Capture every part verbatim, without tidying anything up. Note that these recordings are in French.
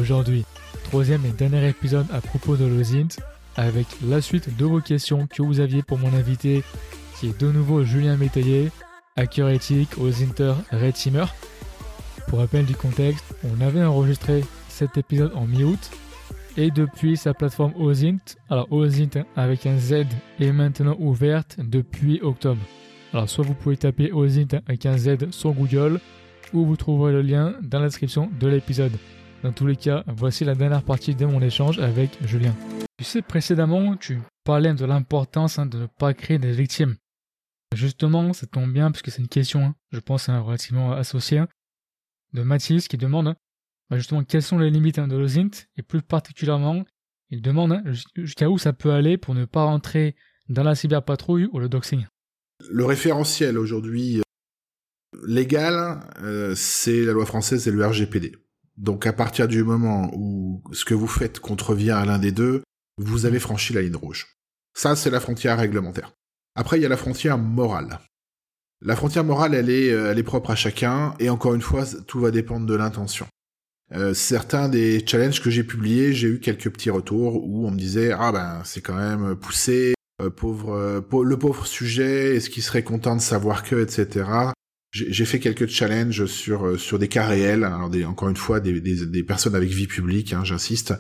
aujourd'hui. Troisième et dernier épisode à propos de Lozint, avec la suite de vos questions que vous aviez pour mon invité, qui est de nouveau Julien Métayer, hacker éthique au Zinter Red Teamer. Pour rappel du contexte, on avait enregistré cet épisode en mi-août, et depuis sa plateforme Ozint, alors Ozint avec un Z est maintenant ouverte depuis octobre. Alors soit vous pouvez taper Ozint avec un Z sur Google, ou vous trouverez le lien dans la description de l'épisode. Dans tous les cas, voici la dernière partie de mon échange avec Julien. Tu sais, précédemment, tu parlais de l'importance hein, de ne pas créer des victimes. Justement, ça tombe bien parce que c'est une question, hein, je pense, hein, relativement associée, hein, de Mathis qui demande hein, bah justement quelles sont les limites hein, de Lozint, et plus particulièrement, il demande hein, jusqu'à où ça peut aller pour ne pas rentrer dans la cyberpatrouille ou le doxing. Le référentiel aujourd'hui euh, légal, euh, c'est la loi française et le R G P D. Donc à partir du moment où ce que vous faites contrevient à l'un des deux, vous avez franchi la ligne rouge. Ça, c'est la frontière réglementaire. Après, il y a la frontière morale. La frontière morale, elle est, elle est propre à chacun, et encore une fois, tout va dépendre de l'intention. Euh, certains des challenges que j'ai publiés, j'ai eu quelques petits retours où on me disait « Ah ben, c'est quand même poussé, euh, pauvre, euh, pauvre, le pauvre sujet, est-ce qu'il serait content de savoir que, et cetera » J'ai, j'ai fait quelques challenges sur, euh, sur des cas réels, alors des, encore une fois, des, des, des personnes avec vie publique, hein, j'insiste.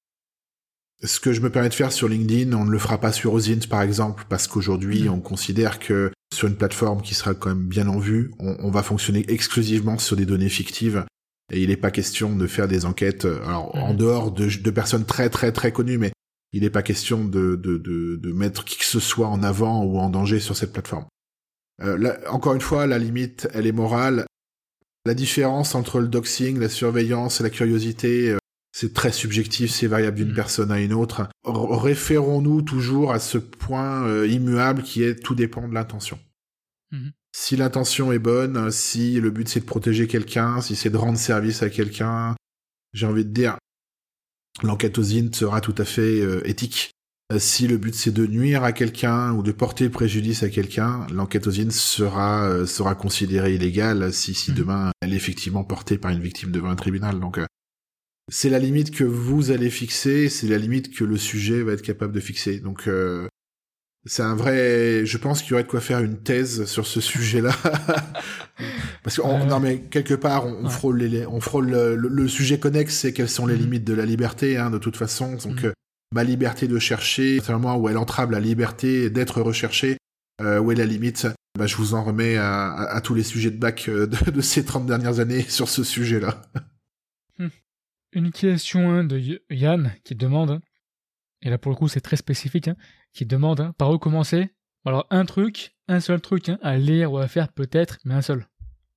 Ce que je me permets de faire sur LinkedIn, on ne le fera pas sur Ozint, par exemple, parce qu'aujourd'hui, mmh. on considère que sur une plateforme qui sera quand même bien en vue, on, on va fonctionner exclusivement sur des données fictives. Et il n'est pas question de faire des enquêtes, alors mmh. en dehors de, de personnes très très très connues, mais il n'est pas question de, de, de, de mettre qui que ce soit en avant ou en danger sur cette plateforme. Euh, là, encore une fois, la limite, elle est morale. La différence entre le doxing, la surveillance et la curiosité, euh, c'est très subjectif, c'est variable d'une mmh. personne à une autre. R- référons-nous toujours à ce point euh, immuable qui est tout dépend de l'intention. Mmh. Si l'intention est bonne, si le but c'est de protéger quelqu'un, si c'est de rendre service à quelqu'un, j'ai envie de dire, l'enquête Ozint sera tout à fait euh, éthique. Euh, si le but c'est de nuire à quelqu'un ou de porter préjudice à quelqu'un, l'enquête Ozint sera euh, sera considérée illégale si si mmh. demain elle est effectivement portée par une victime devant un tribunal. Donc euh, c'est la limite que vous allez fixer, c'est la limite que le sujet va être capable de fixer. Donc euh, c'est un vrai... Je pense qu'il y aurait de quoi faire une thèse sur ce sujet-là. Parce que, on... euh... non mais, quelque part, on, on ouais. frôle, les... on frôle le... Le... le sujet connexe, c'est quelles sont les mmh. limites de la liberté, hein, de toute façon. Donc, mmh. euh, ma liberté de chercher, c'est un moment où elle entrave la liberté d'être recherchée, euh, où est la limite. Bah, je vous en remets à, à, à tous les sujets de bac de, de ces trente dernières années sur ce sujet-là. Une question hein, de Yann qui demande... Et là, pour le coup, c'est très spécifique, hein, qui demande hein, par où commencer. Alors, un truc, un seul truc hein, à lire ou à faire peut-être, mais un seul.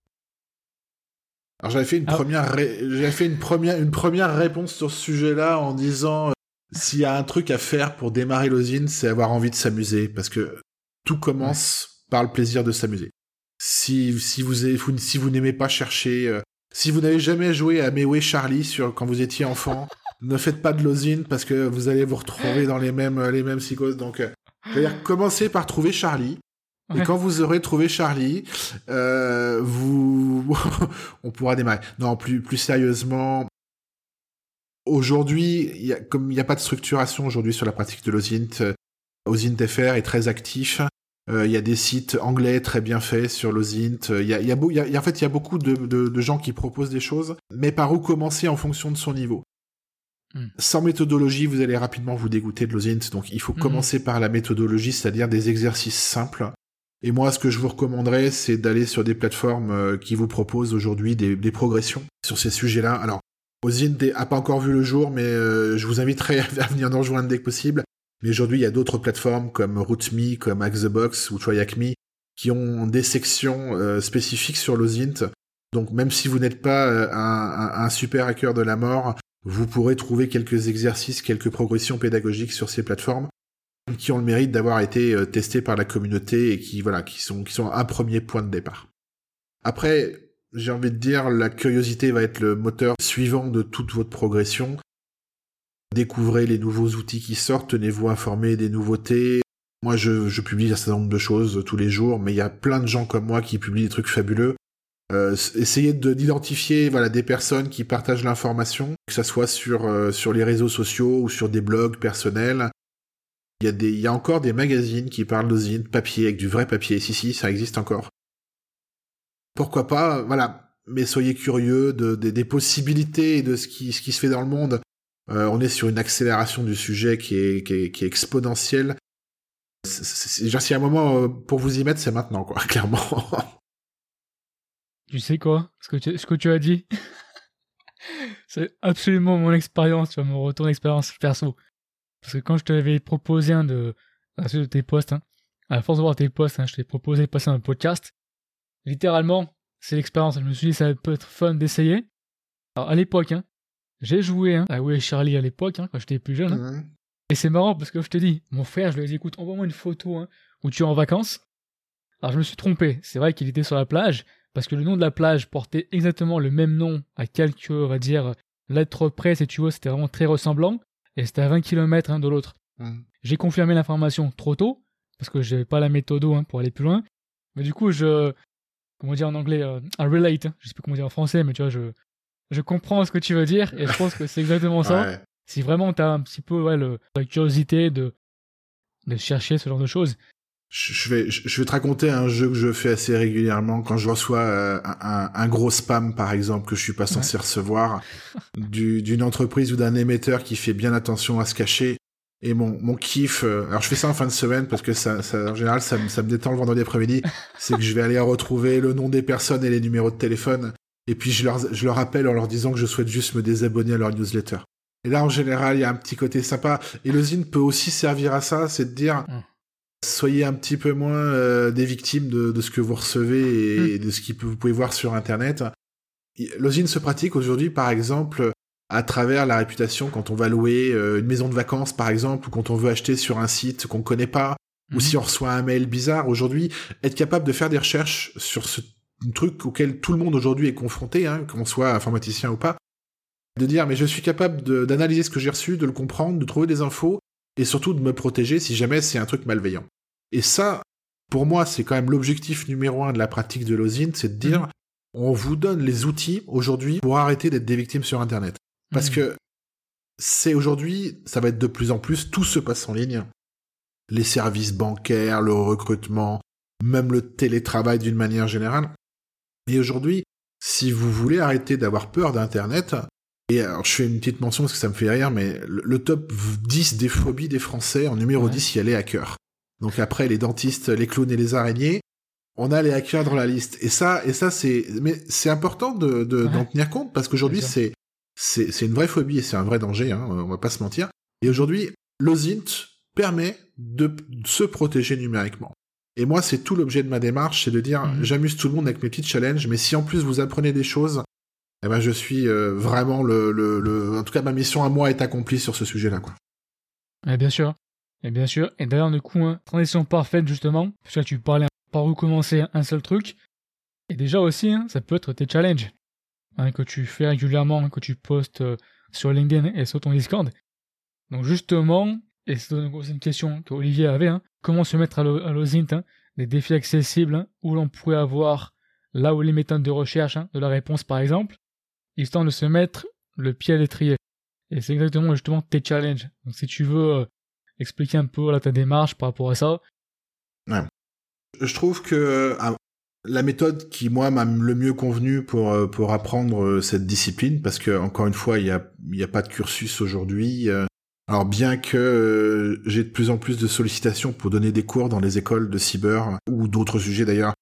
Alors, j'avais fait une, ah. première, ré... j'avais fait une, première, une première réponse sur ce sujet-là en disant euh, s'il y a un truc à faire pour démarrer Lozint, c'est avoir envie de s'amuser. Parce que tout commence ouais. par le plaisir de s'amuser. Si, si, vous, avez, si vous n'aimez pas chercher... Euh, si vous n'avez jamais joué à Mewé Charlie sur, quand vous étiez enfant... Ne faites pas de Lozint parce que vous allez vous retrouver dans les mêmes, les mêmes psychoses. Donc, euh, c'est-à-dire, commencez par trouver Charlie. Ouais. Et quand vous aurez trouvé Charlie, euh, vous, on pourra démarrer. Non, plus, plus sérieusement, aujourd'hui, y a, comme il n'y a pas de structuration aujourd'hui sur la pratique de Lozint, euh, Ozint F R est très actif. Il euh, y a des sites anglais très bien faits sur Lozint. Il y a, y a, y a, y a, en fait, il y a beaucoup de, de, de gens qui proposent des choses, mais par où commencer en fonction de son niveau. Mmh. Sans méthodologie, vous allez rapidement vous dégoûter de Lozint, donc il faut mmh. commencer par la méthodologie, c'est-à-dire des exercices simples. Et moi, ce que je vous recommanderais, c'est d'aller sur des plateformes euh, qui vous proposent aujourd'hui des, des progressions sur ces sujets-là. Alors, Ozint n'a pas encore vu le jour, mais euh, je vous inviterai à venir nous rejoindre dès que possible. Mais aujourd'hui, il y a d'autres plateformes comme RootMe, comme Hack the Box ou TryHackMe qui ont des sections euh, spécifiques sur Lozint. Donc, même si vous n'êtes pas euh, un, un, un super hacker de la mort, vous pourrez trouver quelques exercices, quelques progressions pédagogiques sur ces plateformes qui ont le mérite d'avoir été euh, testés par la communauté et qui, voilà, qui sont, qui sont un premier point de départ. Après, j'ai envie de dire, la curiosité va être le moteur suivant de toute votre progression. Découvrez les nouveaux outils qui sortent, tenez-vous informés des nouveautés. Moi, je, je publie un certain nombre de choses tous les jours, mais il y a plein de gens comme moi qui publient des trucs fabuleux. Euh, essayer de, d'identifier voilà, des personnes qui partagent l'information, que ça soit sur, euh, sur les réseaux sociaux ou sur des blogs personnels. Il y a, des, il y a encore des magazines qui parlent d'Ozint, papier, avec du vrai papier. Si, si, ça existe encore. Pourquoi pas, voilà. Mais soyez curieux de, de, des possibilités et de ce qui, ce qui se fait dans le monde. Euh, on est sur une accélération du sujet qui est, qui est, qui est exponentielle. C'est, c'est, c'est, genre, s'il y a un moment euh, pour vous y mettre, c'est maintenant, quoi, clairement. Tu sais quoi, ce que tu, ce que tu as dit, c'est absolument mon expérience, tu vois, mon retour d'expérience perso. Parce que quand je t'avais proposé un de, à la suite de tes posts, hein, à force de voir tes posts, hein, je t'ai proposé de passer un podcast. Littéralement, c'est l'expérience. Je me suis dit, ça peut être fun d'essayer. Alors, à l'époque, hein, j'ai joué hein, à Où est Charlie à l'époque, hein, quand j'étais plus jeune. Hein. Mmh. Et c'est marrant parce que je te dis, mon frère, je lui ai dit, écoute, envoie-moi une photo hein, où tu es en vacances. Alors, je me suis trompé. C'est vrai qu'il était sur la plage, parce que le nom de la plage portait exactement le même nom à quelques, on va dire, lettres près, si tu vois, c'était vraiment très ressemblant. Et c'était à vingt kilomètres hein, de l'autre. Mmh. J'ai confirmé l'information trop tôt, parce que j'avais pas la méthode hein, pour aller plus loin. Mais du coup, je... Comment dire en anglais euh, I relate, hein. Je sais plus comment dire en français, mais tu vois, je, je comprends ce que tu veux dire, et je pense que c'est exactement ça. Ouais. Si vraiment t'as un petit peu ouais, le, la curiosité de, de chercher ce genre de choses. Je vais, je vais te raconter un jeu que je fais assez régulièrement quand je reçois euh, un, un gros spam, par exemple, que je suis pas censé ouais. recevoir, du, d'une entreprise ou d'un émetteur qui fait bien attention à se cacher. Et mon, mon kiff, euh, alors je fais ça en fin de semaine parce que ça, ça en général, ça, ça me détend le vendredi après-midi, c'est que je vais aller retrouver le nom des personnes et les numéros de téléphone, et puis je leur, je leur appelle en leur disant que je souhaite juste me désabonner à leur newsletter. Et là, en général, il y a un petit côté sympa. Et le zine peut aussi servir à ça, c'est de dire, mmh. soyez un petit peu moins euh, des victimes de, de ce que vous recevez et, mmh. et de ce que vous pouvez voir sur Internet. Le zine se pratique aujourd'hui, par exemple, à travers la réputation quand on va louer euh, une maison de vacances, par exemple, ou quand on veut acheter sur un site qu'on connaît pas, mmh. ou si on reçoit un mail bizarre. Aujourd'hui, être capable de faire des recherches sur ce truc auquel tout le monde aujourd'hui est confronté, hein, qu'on soit informaticien ou pas, de dire mais je suis capable de, d'analyser ce que j'ai reçu, de le comprendre, de trouver des infos, et surtout de me protéger si jamais c'est un truc malveillant. Et ça, pour moi, c'est quand même l'objectif numéro un de la pratique de l'Ozint, c'est de dire, mmh. on vous donne les outils aujourd'hui pour arrêter d'être des victimes sur Internet. Parce mmh. que c'est aujourd'hui, ça va être de plus en plus, tout se passe en ligne. Les services bancaires, le recrutement, même le télétravail d'une manière générale. Et aujourd'hui, si vous voulez arrêter d'avoir peur d'Internet, et alors je fais une petite mention parce que ça me fait rire, mais le, le top dix des phobies des Français, en numéro ouais. dix, il y a les hackers. Donc après, les dentistes, les clowns et les araignées, on a les hackers dans la liste. Et ça, et ça c'est, mais c'est important de, de, ouais. d'en tenir compte parce qu'aujourd'hui, c'est, c'est, c'est une vraie phobie et c'est un vrai danger, hein, on va pas se mentir. Et aujourd'hui, l'Ozint permet de se protéger numériquement. Et moi, c'est tout l'objet de ma démarche, c'est de dire, mmh. j'amuse tout le monde avec mes petits challenges, mais si en plus vous apprenez des choses, eh ben je suis euh, vraiment le, le, le, en tout cas ma mission à moi est accomplie sur ce sujet-là, quoi. Et bien sûr, et bien sûr. Et d'ailleurs, du coup, hein, transition parfaite justement, parce que tu parlais par où commencer un seul truc. Et déjà aussi, hein, ça peut être tes challenges hein, que tu fais régulièrement, hein, que tu postes euh, sur LinkedIn et sur ton Discord. Donc justement, et c'est une question qu'Olivier avait, hein, comment se mettre à l'Ozint, hein, des défis accessibles hein, où l'on pourrait avoir là où les méthodes de recherche hein, de la réponse par exemple, histoire de se mettre le pied à l'étrier. Et c'est exactement justement tes challenges. Donc si tu veux euh, expliquer un peu là, ta démarche par rapport à ça. Ouais. Je trouve que ah, la méthode qui moi m'a le mieux convenu pour pour apprendre cette discipline, parce que encore une fois il y a il y a pas de cursus aujourd'hui. Euh, alors bien que euh, j'ai de plus en plus de sollicitations pour donner des cours dans les écoles de cyber ou d'autres sujets d'ailleurs.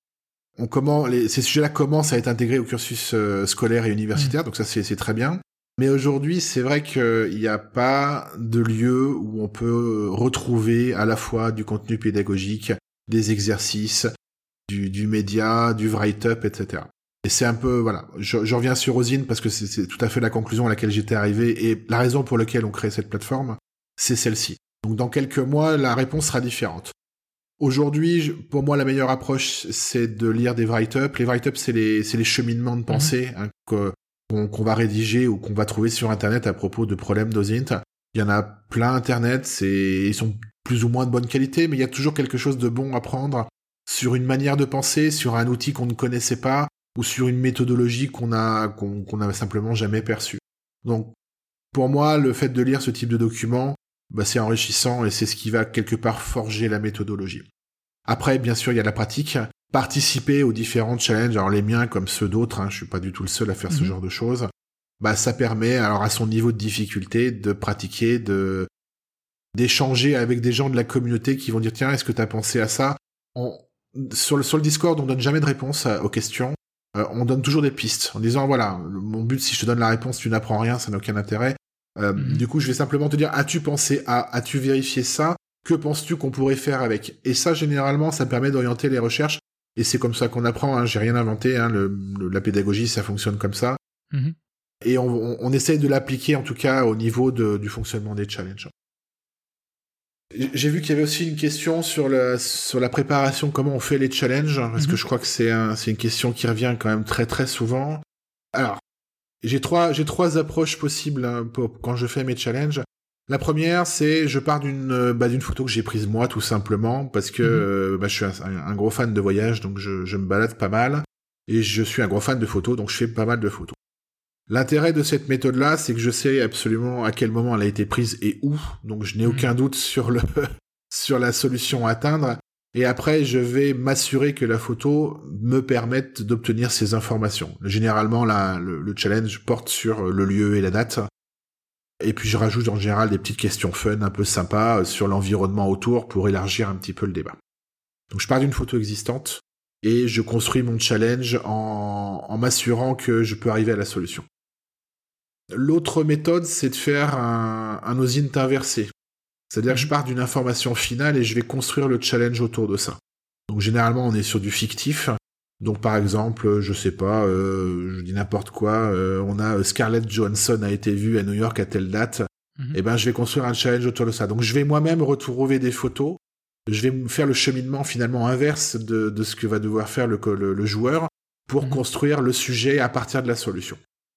On commence, les, ces sujets-là commencent à être intégrés au cursus euh, scolaire et universitaire, mmh. donc ça c'est, c'est très bien. Mais aujourd'hui, c'est vrai qu'il n'y a pas de lieu où on peut retrouver à la fois du contenu pédagogique, des exercices, du, du média, du write-up, et cetera. Et c'est un peu, voilà, je, je reviens sur Ozint parce que c'est, c'est tout à fait la conclusion à laquelle j'étais arrivé et la raison pour laquelle on crée cette plateforme, c'est celle-ci. Donc dans quelques mois, la réponse sera différente. Aujourd'hui, pour moi, la meilleure approche, c'est de lire des write-up. Les write-up, c'est les, c'est les cheminements de pensée mmh. hein, que, qu'on, qu'on va rédiger ou qu'on va trouver sur Internet à propos de problèmes d'Ozint. Il y en a plein Internet, c'est, ils sont plus ou moins de bonne qualité, mais il y a toujours quelque chose de bon à prendre sur une manière de penser, sur un outil qu'on ne connaissait pas, ou sur une méthodologie qu'on a qu'on qu'on n'a simplement jamais perçue. Donc pour moi, le fait de lire ce type de document, bah, c'est enrichissant et c'est ce qui va quelque part forger la méthodologie. Après, bien sûr, il y a la pratique. Participer aux différents challenges, alors les miens comme ceux d'autres, hein, je suis pas du tout le seul à faire mmh. ce genre de choses. Bah, ça permet, alors à son niveau de difficulté, de pratiquer, de d'échanger avec des gens de la communauté qui vont dire tiens, est-ce que tu as pensé à ça? On... Sur le sur le Discord, on donne jamais de réponse aux questions. Euh, on donne toujours des pistes en disant voilà, mon but si je te donne la réponse, tu n'apprends rien, ça n'a aucun intérêt. Euh, mmh. Du coup, je vais simplement te dire as-tu pensé à, as-tu vérifié ça? Que penses-tu qu'on pourrait faire avec? Et ça, généralement, ça permet d'orienter les recherches. Et c'est comme ça qu'on apprend. Hein. J'ai rien inventé. Hein. Le, le, la pédagogie, ça fonctionne comme ça. Mmh. Et on, on, on essaye de l'appliquer, en tout cas, au niveau de, du fonctionnement des challenges. J'ai vu qu'il y avait aussi une question sur, le, sur la préparation, comment on fait les challenges, parce mmh. que je crois que c'est, un, c'est une question qui revient quand même très très souvent. Alors, j'ai trois, j'ai trois approches possibles hein, pour, quand je fais mes challenges. La première, c'est je pars d'une, bah, d'une photo que j'ai prise moi, tout simplement, parce que mmh. euh, bah, je suis un, un gros fan de voyage, donc je, je me balade pas mal, et je suis un gros fan de photos, donc je fais pas mal de photos. L'intérêt de cette méthode-là, c'est que je sais absolument à quel moment elle a été prise et où, donc je n'ai mmh. aucun doute sur le sur la solution à atteindre. Et après, je vais m'assurer que la photo me permette d'obtenir ces informations. Généralement, la, le, le challenge porte sur le lieu et la date. Et puis je rajoute en général des petites questions fun, un peu sympas, sur l'environnement autour pour élargir un petit peu le débat. Donc je pars d'une photo existante et je construis mon challenge en, en m'assurant que je peux arriver à la solution. L'autre méthode, c'est de faire un, un OSINT inversé. C'est-à-dire que je pars d'une information finale et je vais construire le challenge autour de ça. Donc généralement, on est sur du fictif. Donc par exemple, je sais pas, euh, je dis n'importe quoi, euh, on a Scarlett Johansson a été vue à New York à telle date. Mm-hmm. Et ben je vais construire un challenge autour de ça. Donc je vais moi-même retrouver des photos. Je vais faire le cheminement finalement inverse de, de ce que va devoir faire le, le, le joueur pour mm-hmm. construire le sujet à partir de la solution.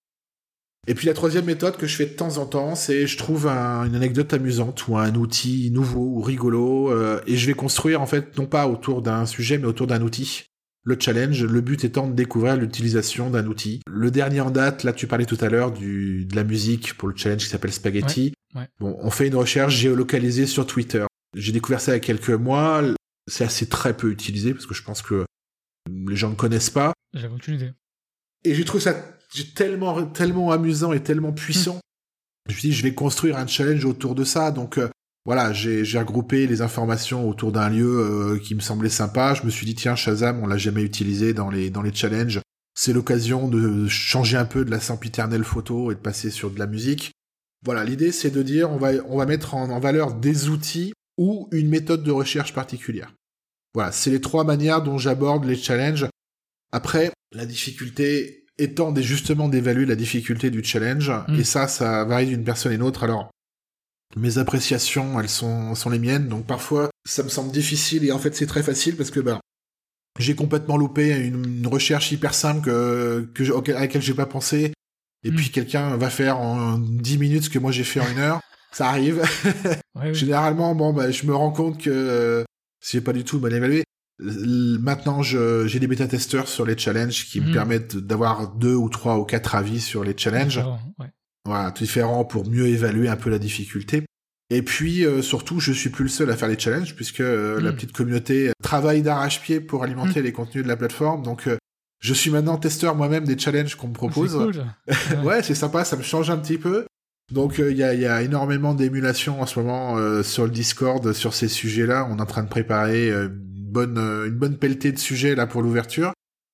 Et puis la troisième méthode que je fais de temps en temps, c'est je trouve un, une anecdote amusante ou un outil nouveau ou rigolo euh, et je vais construire en fait non pas autour d'un sujet mais autour d'un outil. Le challenge, le but étant de découvrir l'utilisation d'un outil. Le dernier en date, là tu parlais tout à l'heure du de la musique pour le challenge qui s'appelle Spaghetti. Ouais, ouais. Bon, on fait une recherche géolocalisée sur Twitter. J'ai découvert ça il y a quelques mois. C'est assez très peu utilisé parce que je pense que les gens ne connaissent pas. J'avais aucune idée. Et j'ai trouvé ça tellement, tellement amusant et tellement puissant. Mmh. Je me suis dit, je vais construire un challenge autour de ça. Donc euh, voilà, j'ai, j'ai regroupé les informations autour d'un lieu euh, qui me semblait sympa. Je me suis dit, tiens, Shazam, on l'a jamais utilisé dans les, dans les challenges. C'est l'occasion de changer un peu de la sempiternelle photo et de passer sur de la musique. Voilà, l'idée, c'est de dire, on va, on va mettre en, en valeur des outils ou une méthode de recherche particulière. Voilà, c'est les trois manières dont j'aborde les challenges. Après, la difficulté étant des, justement d'évaluer la difficulté du challenge, mmh. et ça, ça varie d'une personne à une autre. Alors, mes appréciations, elles sont, sont les miennes, donc parfois, ça me semble difficile, et en fait, c'est très facile, parce que ben, j'ai complètement loupé une, une recherche hyper simple que, que, à laquelle j'ai pas pensé, et mmh. puis quelqu'un va faire en dix minutes ce que moi j'ai fait en une heure, ça arrive. Ouais, oui. Généralement, bon, ben, je me rends compte que euh, j'ai pas du tout mal évalué. Maintenant, je, j'ai des bêta-testeurs sur les challenges qui mmh. me permettent d'avoir deux ou trois ou quatre avis sur les challenges. Ouais. Voilà, différents pour mieux évaluer un peu la difficulté. Et puis, euh, surtout, je suis plus le seul à faire les challenges puisque euh, mmh. la petite communauté travaille d'arrache-pied pour alimenter mmh. les contenus de la plateforme. Donc, euh, je suis maintenant testeur moi-même des challenges qu'on me propose. C'est cool. Ouais, ouais, c'est sympa, ça me change un petit peu. Donc, il euh, y, a, y a énormément d'émulation en ce moment euh, sur le Discord sur ces sujets-là. On est en train de préparer euh, Bonne, une bonne pelletée de sujets là pour l'ouverture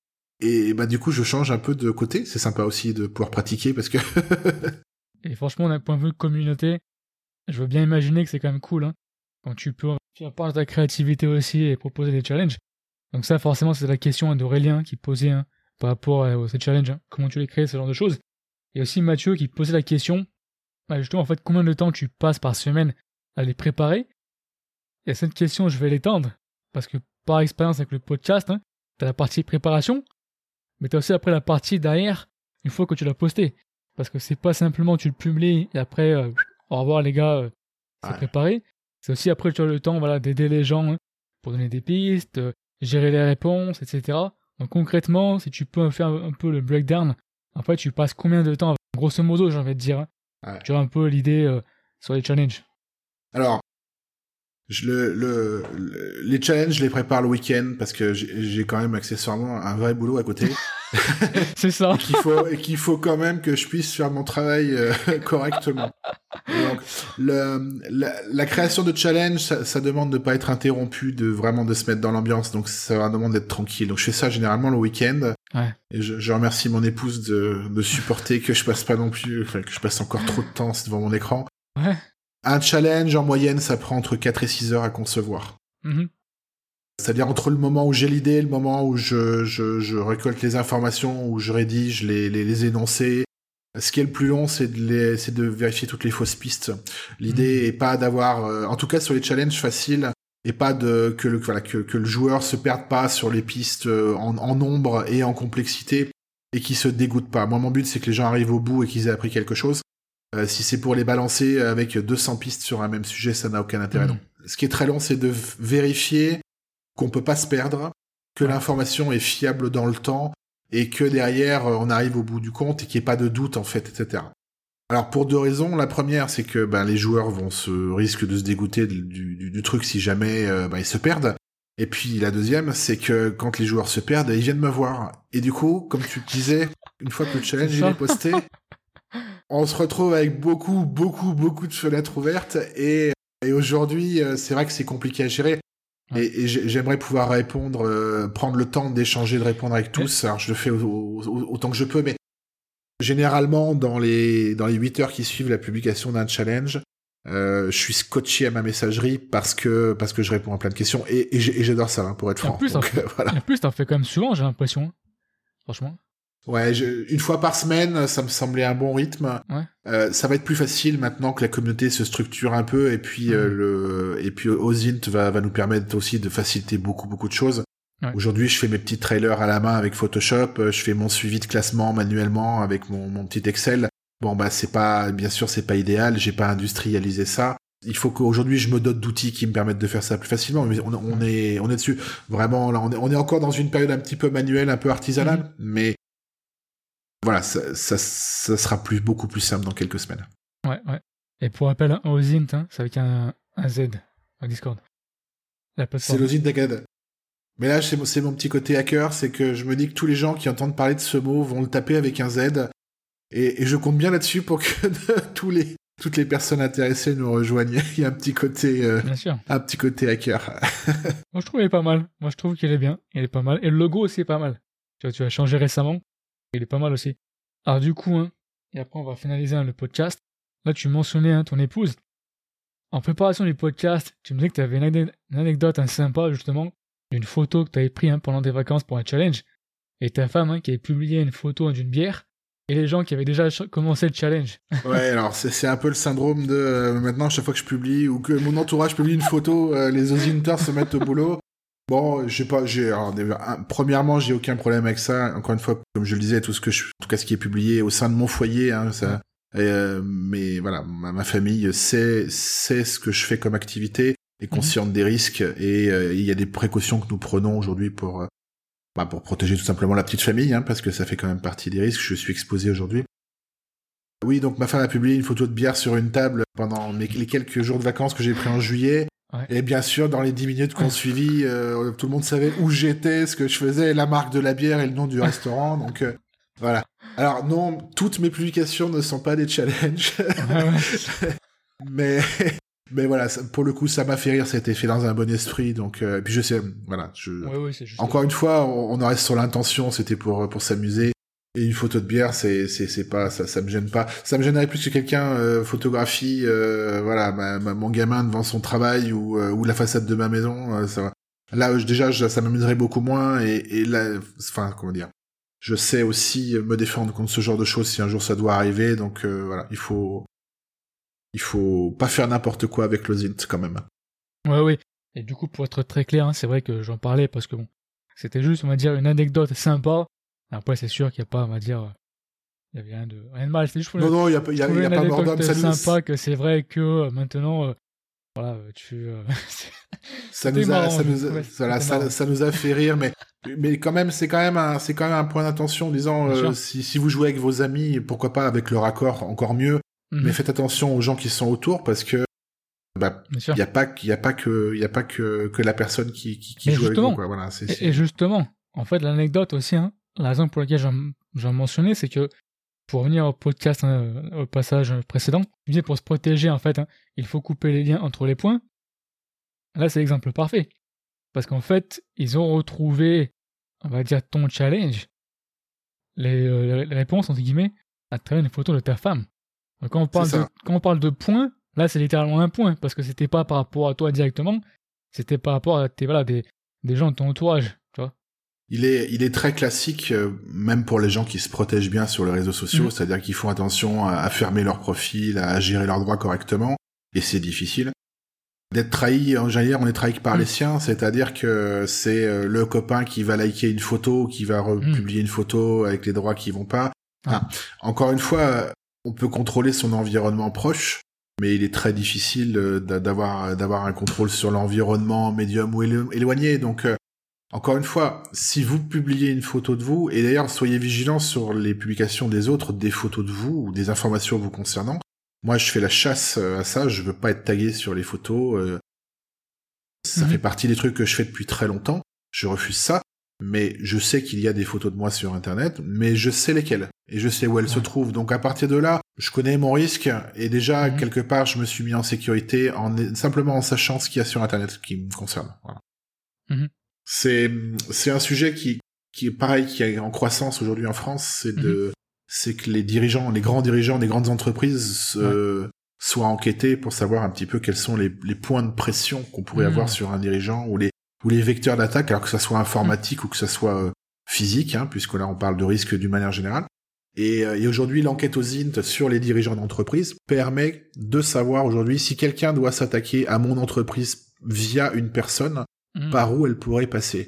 et bah du coup je change un peu de côté, c'est sympa aussi de pouvoir pratiquer parce que et franchement d'un point de vue communauté je veux bien imaginer que c'est quand même cool hein, quand tu peux faire part de ta créativité aussi et proposer des challenges. Donc ça forcément c'est la question hein, d'Aurélien qui posait hein, par rapport à, à ces challenges hein, comment tu les crées, ce genre de choses, et aussi Mathieu qui posait la question bah, justement en fait combien de temps tu passes par semaine à les préparer. Et cette question je vais l'étendre parce que par expérience avec le podcast, hein, t'as la partie préparation, mais t'as aussi après la partie derrière, une fois que tu l'as posté. Parce que c'est pas simplement tu le publies et après, euh, au revoir les gars, euh, c'est ouais. préparé. C'est aussi après tu as le temps voilà, d'aider les gens hein, pour donner des pistes, euh, gérer les réponses, et cetera. Donc concrètement, si tu peux faire un peu le breakdown, en fait, tu passes combien de temps, grosso modo, j'ai envie de dire, hein, Ouais. tu as un peu l'idée euh, sur les challenges. Alors, je le, le, le, les challenges, je les prépare le week-end parce que j'ai, j'ai quand même accessoirement un vrai boulot à côté. C'est ça. Et qu'il faut, et qu'il faut quand même que je puisse faire mon travail euh, correctement. Et donc, le, la, la création de challenge, ça, ça demande de pas être interrompu, de vraiment de se mettre dans l'ambiance. Donc, ça demande d'être tranquille. Donc, je fais ça généralement le week-end. Ouais. Et je, je remercie mon épouse de, de supporter que je passe pas non plus, enfin, que je passe encore trop de temps devant mon écran. Ouais. Un challenge, en moyenne, ça prend entre quatre et six heures à concevoir. Mm-hmm. C'est-à-dire entre le moment où j'ai l'idée, le moment où je, je, je récolte les informations, où je rédige les, les, les énoncés. Ce qui est le plus long, c'est de, les, c'est de vérifier toutes les fausses pistes. L'idée mmh. est pas d'avoir, euh, en tout cas sur les challenges faciles, et pas de que le voilà que, que le joueur se perde pas sur les pistes en, en nombre et en complexité et qui se dégoûte pas. Moi, mon but, c'est que les gens arrivent au bout et qu'ils aient appris quelque chose. Euh, si c'est pour les balancer avec deux cents pistes sur un même sujet, ça n'a aucun intérêt. Mmh. Donc, ce qui est très long, c'est de vérifier qu'on peut pas se perdre, que ouais. l'information est fiable dans le temps et que derrière on arrive au bout du compte et qu'il n'y ait pas de doute en fait, et cetera. Alors pour deux raisons, la première c'est que ben, les joueurs vont se risquent de se dégoûter du, du, du truc si jamais euh, ben, ils se perdent. Et puis la deuxième, c'est que quand les joueurs se perdent, ils viennent me voir. Et du coup, comme tu disais, une fois que le challenge il est posté, on se retrouve avec beaucoup, beaucoup, beaucoup de fenêtres ouvertes. Et, et aujourd'hui, c'est vrai que c'est compliqué à gérer. Ouais. Et, et j'aimerais pouvoir répondre, euh, prendre le temps d'échanger, de répondre avec tous. Ouais. Alors je le fais au, au, autant que je peux, mais généralement dans les dans les huit heures qui suivent la publication d'un challenge, euh, je suis scotché à ma messagerie parce que parce que je réponds à plein de questions et, et j'adore ça, hein, pour être franc. En plus, Donc, euh, voilà. En plus, t'en fais quand même souvent, j'ai l'impression. Franchement. Ouais, je, une fois par semaine, ça me semblait un bon rythme. Ouais. Euh, ça va être plus facile maintenant que la communauté se structure un peu et puis mmh. euh, le et puis OSINT va va nous permettre aussi de faciliter beaucoup beaucoup de choses. Ouais. Aujourd'hui, je fais mes petits trailers à la main avec Photoshop, je fais mon suivi de classement manuellement avec mon mon petit Excel. Bon bah c'est pas bien sûr c'est pas idéal, j'ai pas industrialisé ça. Il faut qu'aujourd'hui je me dote d'outils qui me permettent de faire ça plus facilement. Mais on, on est on est dessus. Vraiment là, on est on est encore dans une période un petit peu manuelle, un peu artisanale, mmh. mais voilà, ça, ça, ça sera plus, beaucoup plus simple dans quelques semaines. Ouais, ouais. Et pour rappel, OSINT, hein, c'est avec un, un Z, un Discord. C'est l'OSINT Acad. Mais là, c'est, c'est mon petit côté hacker, c'est que je me dis que tous les gens qui entendent parler de ce mot vont le taper avec un Z. Et, et je compte bien là-dessus pour que tous les, toutes les personnes intéressées nous rejoignent. Il y a un petit côté, euh, bien sûr. Un petit côté hacker. Moi, je trouve qu'il est pas mal. Moi, je trouve qu'il est bien. Il est pas mal. Et le logo aussi est pas mal. Tu vois, tu as changé récemment. Il est pas mal aussi. Alors du coup, hein, et après on va finaliser hein, le podcast. Là, tu mentionnais hein, ton épouse. En préparation du podcast, tu me disais que tu avais une, ane- une anecdote hein, sympa, justement, d'une photo que tu avais prise hein, pendant des vacances pour un challenge. Et ta femme hein, qui avait publié une photo hein, d'une bière. Et les gens qui avaient déjà ch- commencé le challenge. Ouais, alors c'est, c'est un peu le syndrome de... Euh, maintenant, chaque fois que je publie, ou que mon entourage publie une photo, euh, les OSINTers se mettent au boulot. Bon, j'ai pas, j'ai, alors, premièrement, j'ai aucun problème avec ça. Encore une fois, comme je le disais, tout ce que je, en tout cas, ce qui est publié au sein de mon foyer, hein, ça, euh, mais voilà, ma, ma famille sait, sait ce que je fais comme activité, est consciente mmh. des risques et euh, il y a des précautions que nous prenons aujourd'hui pour, euh, bah, pour protéger tout simplement la petite famille, hein, parce que ça fait quand même partie des risques. Je suis exposé aujourd'hui. Oui, donc ma femme a publié une photo de bière sur une table pendant mes, les quelques jours de vacances que j'ai pris en juillet. Ouais. Et bien sûr, dans les dix minutes qu'on suivit, euh, tout le monde savait où j'étais, ce que je faisais, la marque de la bière et le nom du restaurant. Donc euh, voilà. Alors non, toutes mes publications ne sont pas des challenges, ouais, ouais. mais mais voilà, ça, pour le coup, ça m'a fait rire. Ça a été fait dans un bon esprit. Donc euh, et puis je sais, voilà. Je... Ouais, ouais, c'est juste encore ça. Une fois, on, on reste sur l'intention. C'était pour pour s'amuser. Et une photo de bière, c'est c'est c'est pas ça, ça me gêne pas. Ça me gênerait plus que quelqu'un euh, photographie, euh, voilà, ma, ma, mon gamin devant son travail ou euh, ou la façade de ma maison. Euh, ça, là, je, déjà, je, ça m'amuserait beaucoup moins. Et, et là, enfin, comment dire, je sais aussi me défendre contre ce genre de choses si un jour ça doit arriver. Donc euh, voilà, il faut il faut pas faire n'importe quoi avec l'OSINT quand même. Ouais, oui. Et du coup, pour être très clair, hein, c'est vrai que j'en parlais parce que bon, c'était juste, on va dire, une anecdote sympa. Après, c'est sûr qu'il n'y a pas, on va dire, il n'y avait rien de, rien de mal. C'est juste non, non, il n'y a, y a, y a pas mort d'homme. C'est sympa que c'est vrai que euh, maintenant, euh, Voilà, tu. Euh, ça nous a, marrant, ça, nous a ouais, voilà, ça, ça nous a fait rire, mais mais quand même, c'est quand même un, c'est quand même un point d'attention, disant euh, si si vous jouez avec vos amis, pourquoi pas avec leur accord, encore mieux. Mm-hmm. Mais faites attention aux gens qui sont autour parce que bah il y a pas il y a pas que il y a pas que que la personne qui qui, qui joue avec vous, quoi. Voilà, c'est, c'est... Et justement, en fait, l'anecdote aussi, hein, la raison pour laquelle j'en j'en mentionnais, c'est que pour revenir au podcast, hein, au passage précédent, je disais pour se protéger, en fait, hein, il faut couper les liens entre les points. Là, c'est l'exemple parfait. Parce qu'en fait, ils ont retrouvé, on va dire, ton challenge, les, euh, les réponses, entre guillemets, à travers une photo de ta femme. Donc, quand on parle, de, quand on parle de points, là, c'est littéralement un point, parce que c'était pas par rapport à toi directement, c'était par rapport à tes, voilà, des, des gens de ton entourage, tu vois. Il est, il est très classique, euh, même pour les gens qui se protègent bien sur les réseaux sociaux, mmh. c'est-à-dire qu'ils font attention à, à fermer leur profil, à gérer leurs droits correctement, et c'est difficile. D'être trahi, j'allais dire, on est trahi par mmh. les siens, c'est-à-dire que c'est euh, le copain qui va liker une photo, qui va republier mmh. une photo avec les droits qui vont pas. Enfin, ah. Encore une fois, on peut contrôler son environnement proche, mais il est très difficile d'avoir, d'avoir un contrôle sur l'environnement médium ou éloigné, donc... Euh, Encore une fois, si vous publiez une photo de vous, et d'ailleurs soyez vigilants sur les publications des autres, des photos de vous ou des informations vous concernant. Moi, je fais la chasse à ça, je veux pas être tagué sur les photos. Euh... Ça mmh. fait partie des trucs que je fais depuis très longtemps. Je refuse ça, mais je sais qu'il y a des photos de moi sur Internet, mais je sais lesquelles et je sais où elles ouais. se trouvent. Donc à partir de là, je connais mon risque et déjà mmh. quelque part, je me suis mis en sécurité en simplement en sachant ce qu'il y a sur Internet qui me concerne. Voilà. Mmh. C'est c'est un sujet qui qui est pareil, qui est en croissance aujourd'hui en France, c'est de mmh. c'est que les dirigeants, les grands dirigeants des grandes entreprises euh, ouais. soient enquêtés pour savoir un petit peu quels sont les les points de pression qu'on pourrait mmh. avoir sur un dirigeant ou les ou les vecteurs d'attaque, alors que ça soit informatique mmh. ou que ça soit euh, physique, hein, puisque là on parle de risque d'une manière générale. Et, euh, et aujourd'hui, l'enquête aux I N T sur les dirigeants d'entreprise permet de savoir aujourd'hui si quelqu'un doit s'attaquer à mon entreprise via une personne. Mmh. Par où elle pourrait passer.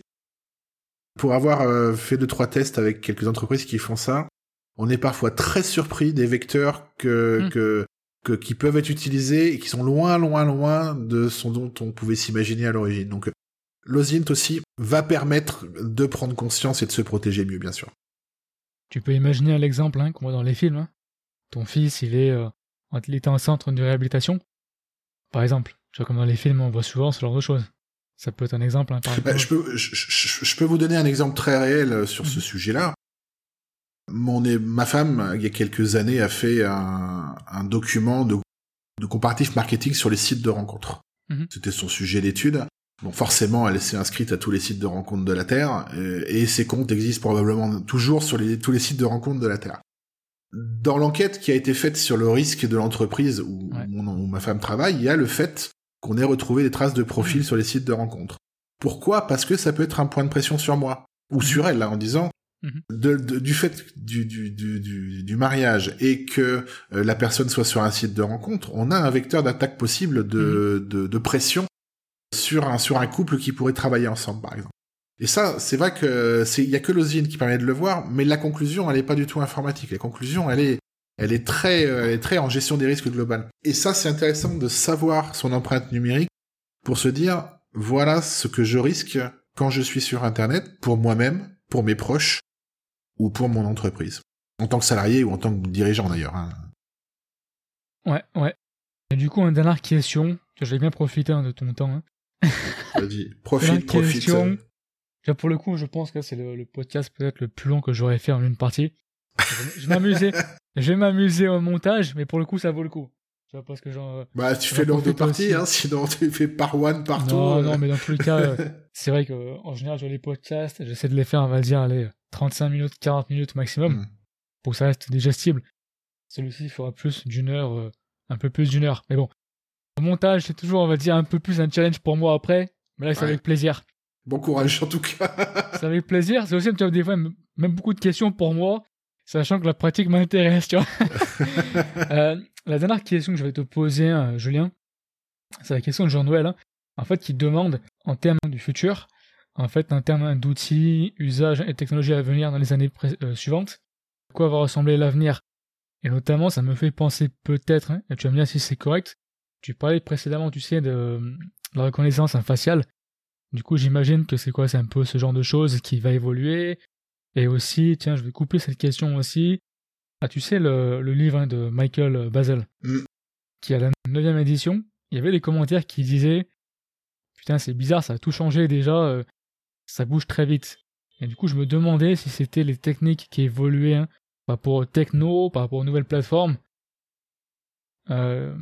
Pour avoir euh, fait deux trois tests avec quelques entreprises qui font ça, on est parfois très surpris des vecteurs que, mmh. que, que qui peuvent être utilisés et qui sont loin loin loin de ce dont on pouvait s'imaginer à l'origine. Donc l'O S I N T aussi va permettre de prendre conscience et de se protéger mieux, bien sûr. Tu peux imaginer l'exemple hein, qu'on voit dans les films. Hein. Ton fils, il est, euh, il est en centre de réhabilitation, par exemple. Tu vois, comme dans les films, on voit souvent ce genre de choses. Ça peut être un exemple. Hein, par bah, je, peux, je, je, je peux vous donner un exemple très réel sur mmh. ce sujet-là. Mon, ma femme, il y a quelques années, a fait un, un document de, de comparatif marketing sur les sites de rencontres. Mmh. C'était son sujet d'étude. Bon, forcément, elle s'est inscrite à tous les sites de rencontres de la Terre, et, et ses comptes existent probablement toujours sur les, tous les sites de rencontres de la Terre. Dans l'enquête qui a été faite sur le risque de l'entreprise où, ouais. mon, où ma femme travaille, il y a le fait qu'on ait retrouvé des traces de profil mmh. sur les sites de rencontres. Pourquoi ? Parce que ça peut être un point de pression sur moi, ou mmh. sur elle, là, en disant, mmh. de, de, du fait du, du, du, du, du mariage et que euh, la personne soit sur un site de rencontre, on a un vecteur d'attaque possible de, mmh. de, de pression sur un, sur un couple qui pourrait travailler ensemble, par exemple. Et ça, c'est vrai que c'est, il y a que l'O S I N qui permet de le voir, mais la conclusion, elle est pas du tout informatique. La conclusion, elle est, elle est très, elle est très en gestion des risques global. Et ça, c'est intéressant de savoir son empreinte numérique pour se dire, voilà ce que je risque quand je suis sur Internet pour moi-même, pour mes proches ou pour mon entreprise. En tant que salarié ou en tant que dirigeant d'ailleurs. Hein. Ouais, ouais. Et du coup, une dernière question, que j'ai bien profité hein, de ton temps. Hein. Vas-y, profite, profite. Question. Pour le coup, je pense que c'est le, le podcast peut-être le plus long que j'aurais fait en une partie. Je, je m'amusais. Je vais m'amuser au montage, mais pour le coup, ça vaut le coup. Tu vois, parce que genre. Bah, tu fais longue de partie, hein, sinon tu fais par one partout. Non, euh... non, mais dans tous les cas, euh, c'est vrai qu'en général, sur les podcasts, j'essaie de les faire, on va dire, allez, trente-cinq minutes, quarante minutes maximum, mm. pour que ça reste digestible. Celui-ci fera plus d'une heure, euh, un peu plus d'une heure. Mais bon, le montage, c'est toujours, on va dire, un peu plus un challenge pour moi après, mais là, c'est ouais. avec plaisir. Bon courage, en tout cas. C'est avec plaisir. C'est aussi, tu vois, des fois, même beaucoup de questions pour moi, sachant que la pratique m'intéresse, tu vois. euh, la dernière question que je vais te poser, euh, Julien, c'est la question de Jean-Noël, hein, en fait, qui demande, en termes du futur, en fait, en termes d'outils, usages et technologies à venir dans les années pré- euh, suivantes, à quoi va ressembler l'avenir. Et notamment, ça me fait penser peut-être, hein, et tu vas me dire si c'est correct, tu parlais précédemment, tu sais, de la reconnaissance faciale. Du coup, j'imagine que c'est quoi? C'est un peu ce genre de choses qui va évoluer. Et aussi, tiens, je vais couper cette question aussi. Ah, tu sais, le, le livre hein, de Michael Basel, mm. qui a la neuvième édition, il y avait des commentaires qui disaient « Putain, c'est bizarre, ça a tout changé déjà, euh, ça bouge très vite. » Et du coup, je me demandais si c'était les techniques qui évoluaient hein, par rapport au techno, par rapport aux nouvelles plateformes. Euh...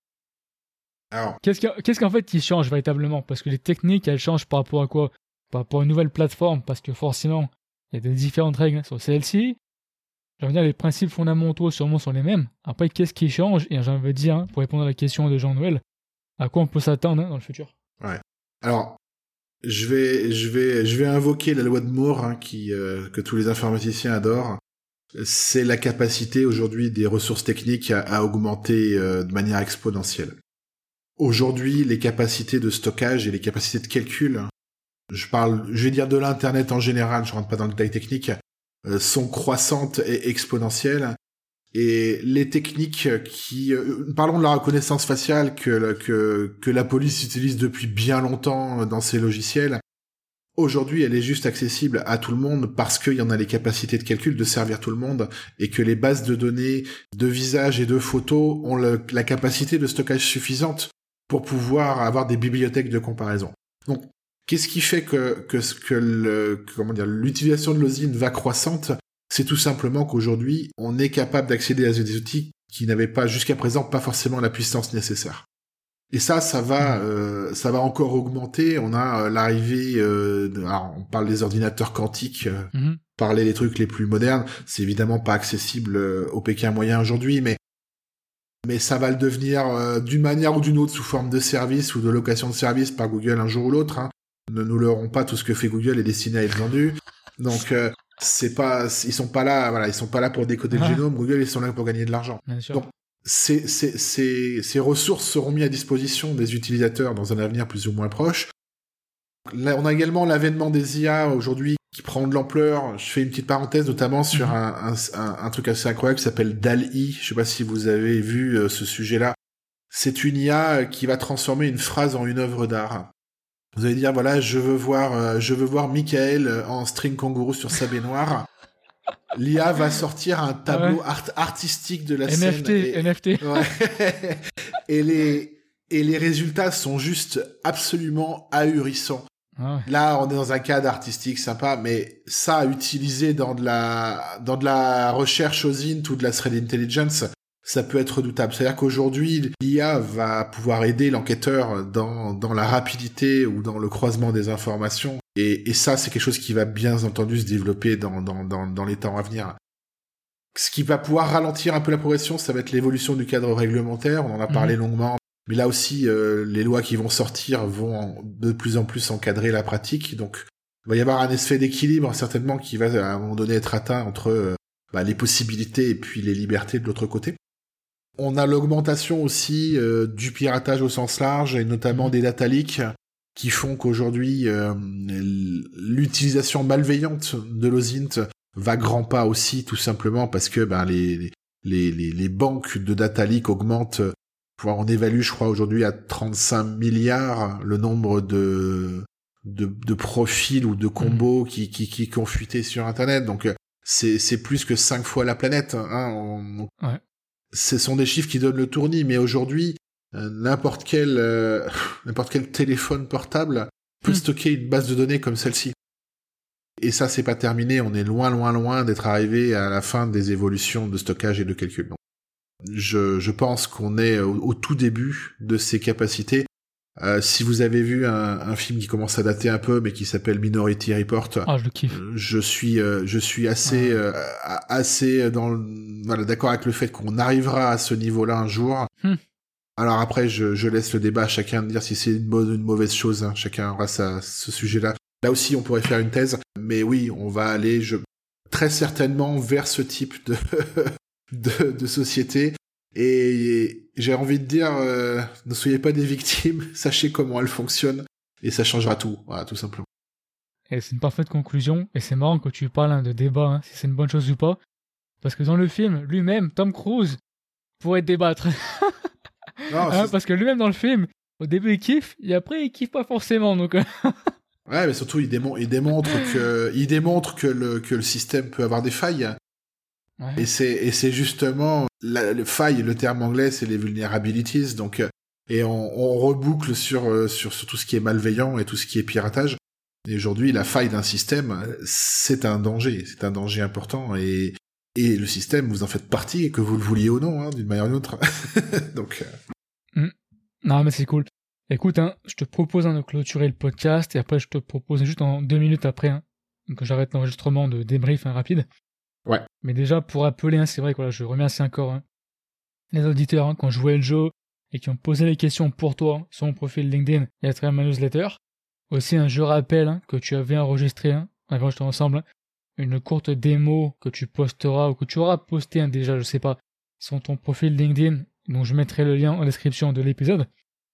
Alors... Qu'est-ce, qu', qu'est-ce qu'en fait qui change véritablement? Parce que les techniques, elles changent par rapport à quoi? Par rapport à une nouvelle plateforme, parce que forcément, il y a des différentes règles hein, sur celle-ci. J'ai envie de dire, les principes fondamentaux sûrement sont les mêmes. Après, qu'est-ce qui change? Et j'ai envie de dire, hein, pour répondre à la question de Jean-Noël, à quoi on peut s'attendre hein, dans le futur? Ouais. Alors, je vais, je vais, je vais invoquer la loi de Moore hein, qui, euh, que tous les informaticiens adorent. C'est la capacité aujourd'hui des ressources techniques à, à augmenter euh, de manière exponentielle. Aujourd'hui, les capacités de stockage et les capacités de calcul, je parle, je vais dire de l'internet en général, je rentre pas dans le détail technique, euh, sont croissantes et exponentielles. Et les techniques qui, euh, parlons de la reconnaissance faciale que que que la police utilise depuis bien longtemps dans ses logiciels. Aujourd'hui, elle est juste accessible à tout le monde parce qu'il y en a les capacités de calcul de servir tout le monde et que les bases de données de visage et de photos ont le, la capacité de stockage suffisante pour pouvoir avoir des bibliothèques de comparaison. Donc, qu'est-ce qui fait que que que le comment dire l'utilisation de l'O S I N va croissante? C'est tout simplement qu'aujourd'hui, on est capable d'accéder à des outils qui n'avaient pas jusqu'à présent pas forcément la puissance nécessaire. Et ça, ça va, euh, ça va encore augmenter. On a euh, l'arrivée, euh, de, alors on parle des ordinateurs quantiques, euh, mm-hmm. parler des trucs les plus modernes. C'est évidemment pas accessible euh, au Pékin moyen aujourd'hui, mais mais ça va le devenir euh, d'une manière ou d'une autre sous forme de service ou de location de service par Google un jour ou l'autre. Hein. Ne nous leurrons pas, tout ce que fait Google est destiné à être vendu. Donc euh, c'est pas, ils sont pas là, voilà, ils sont pas là pour décoder ah. le génome. Google, ils sont là pour gagner de l'argent. Donc Ces, ces, ces, ces ressources seront mises à disposition des utilisateurs dans un avenir plus ou moins proche. Là, on a également l'avènement des I A aujourd'hui qui prend de l'ampleur. Je fais une petite parenthèse notamment sur mmh. un, un, un truc assez incroyable qui s'appelle D A L L-E. Je sais pas si vous avez vu euh, ce sujet-là. C'est une I A qui va transformer une phrase en une œuvre d'art. Vous allez dire, voilà, je veux voir, euh, je veux voir Michael en string kangourou sur sa baignoire. L'I A va sortir un tableau ouais. art- artistique de la N F T, scène. Et, N F T. Ouais. et, les, et les résultats sont juste absolument ahurissants. Ah ouais. Là, on est dans un cadre artistique sympa, mais ça, utilisé dans de la, dans de la recherche O S I N T ou de la threat intelligence, ça peut être redoutable. C'est-à-dire qu'aujourd'hui, l'I A va pouvoir aider l'enquêteur dans, dans la rapidité ou dans le croisement des informations. Et, et ça, c'est quelque chose qui va bien entendu se développer dans, dans, dans, dans les temps à venir. Ce qui va pouvoir ralentir un peu la progression, ça va être l'évolution du cadre réglementaire. On en a parlé mmh. longuement. Mais là aussi, euh, les lois qui vont sortir vont en, de plus en plus encadrer la pratique. Donc, il va y avoir un effet d'équilibre, certainement, qui va à un moment donné être atteint entre euh, bah, les possibilités et puis les libertés de l'autre côté. On a l'augmentation aussi euh, du piratage au sens large, et notamment des data leaks, qui font qu'aujourd'hui, euh, l'utilisation malveillante de l'O S I N T va grand pas aussi, tout simplement parce que ben, les, les, les, les banques de data leak augmentent. On évalue, je crois, aujourd'hui à trente-cinq milliards le nombre de, de, de profils ou de combos mmh. qui, qui, qui, qui ont fuité sur Internet. Donc, c'est, c'est plus que cinq fois la planète. Hein. On, ouais. Ce sont des chiffres qui donnent le tournis, mais aujourd'hui, euh, n'importe quel, euh, n'importe quel téléphone portable peut mmh. stocker une base de données comme celle-ci. Et ça, c'est pas terminé. On est loin, loin, loin d'être arrivé à la fin des évolutions de stockage et de calcul. Donc, je, je pense qu'on est au, au tout début de ces capacités. Euh, si vous avez vu un, un film qui commence à dater un peu, mais qui s'appelle Minority Report, ah, je le kiffe. Je suis, euh, je suis assez, ah. euh, assez dans, le, voilà, d'accord avec le fait qu'on arrivera à ce niveau-là un jour. Hmm. Alors après, je, je laisse le débat à chacun de dire si c'est une bonne ou une mauvaise chose. Hein. Chacun aura sa, ce sujet-là. Là aussi, on pourrait faire une thèse, mais oui, on va aller, je, très certainement vers ce type de, de, de société. Et j'ai envie de dire, euh, ne soyez pas des victimes, sachez comment elle fonctionne, et ça changera tout, voilà, tout simplement. Et c'est une parfaite conclusion, et c'est marrant que tu parles hein, de débat, hein, si c'est une bonne chose ou pas, parce que dans le film, lui-même, Tom Cruise, pourrait débattre. Non, hein, parce que lui-même dans le film, au début il kiffe, et après il kiffe pas forcément. Donc... ouais, mais surtout il, démon- il démontre que, il démontre que le que le système peut avoir des failles. Ouais. Et c'est et c'est justement la le faille. Le terme anglais, c'est les vulnerabilities. Donc et on, on reboucle sur, sur sur tout ce qui est malveillant et tout ce qui est piratage. Et aujourd'hui, la faille d'un système, c'est un danger, c'est un danger important. Et et le système, vous en faites partie, que vous le vouliez ou non, hein, d'une manière ou d'une autre. Donc. Euh... Mm. Non, mais c'est cool. Écoute, hein, je te propose hein, de clôturer le podcast et après je te propose juste en deux minutes après hein, que j'arrête l'enregistrement de débrief hein, rapide. Ouais. Mais déjà pour rappeler, hein, c'est vrai que voilà, je remercie encore hein, les auditeurs hein, qui ont joué le jeu et qui ont posé les questions pour toi hein, sur mon profil LinkedIn et à travers ma newsletter. Aussi, hein, je rappelle hein, que tu avais enregistré, hein, enregistré ensemble, hein, une courte démo que tu posteras ou que tu auras posté hein, déjà, je sais pas, sur ton profil LinkedIn. Donc je mettrai le lien en description de l'épisode.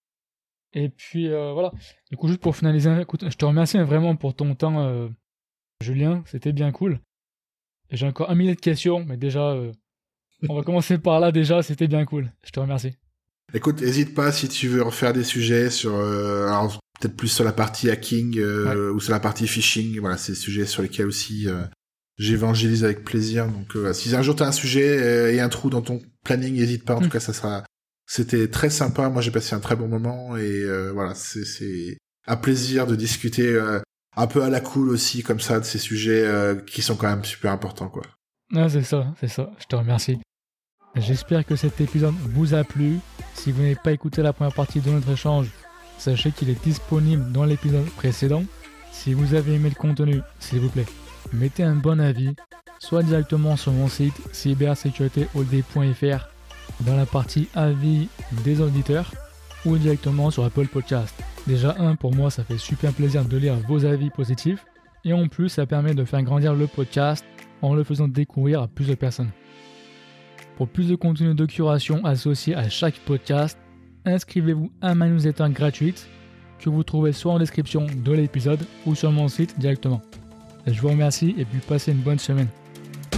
Et puis euh, voilà. Du coup, juste pour finaliser, écoute, je te remercie hein, vraiment pour ton temps, euh, Julien. C'était bien cool. Et j'ai encore un millier de questions, mais déjà, euh, on va commencer par là déjà. C'était bien cool. Je te remercie. Écoute, n'hésite pas si tu veux refaire des sujets sur, euh, alors peut-être plus sur la partie hacking euh, ouais. ou sur la partie phishing. Voilà, c'est des sujets sur lesquels aussi euh, j'évangélise avec plaisir. Donc, euh, si un jour t'as un sujet euh, et un trou dans ton planning, n'hésite pas. En mmh. tout cas, ça sera. C'était très sympa. Moi, j'ai passé un très bon moment et euh, voilà, c'est, c'est un plaisir de discuter euh, un peu à la cool aussi, comme ça, de ces sujets euh, qui sont quand même super importants, quoi. Ah, c'est ça, c'est ça. Je te remercie. J'espère que cet épisode vous a plu. Si vous n'avez pas écouté la première partie de notre échange, sachez qu'il est disponible dans l'épisode précédent. Si vous avez aimé le contenu, s'il vous plaît, mettez un bon avis, soit directement sur mon site cybersécurité all day point f r dans la partie avis des auditeurs ou directement sur Apple Podcast. Déjà, un, pour moi, ça fait super plaisir de lire vos avis positifs et en plus, ça permet de faire grandir le podcast en le faisant découvrir à plus de personnes. Pour plus de contenu de curation associé à chaque podcast, inscrivez-vous à ma newsletter gratuite que vous trouvez soit en description de l'épisode ou sur mon site directement. Je vous remercie et puis passez une bonne semaine.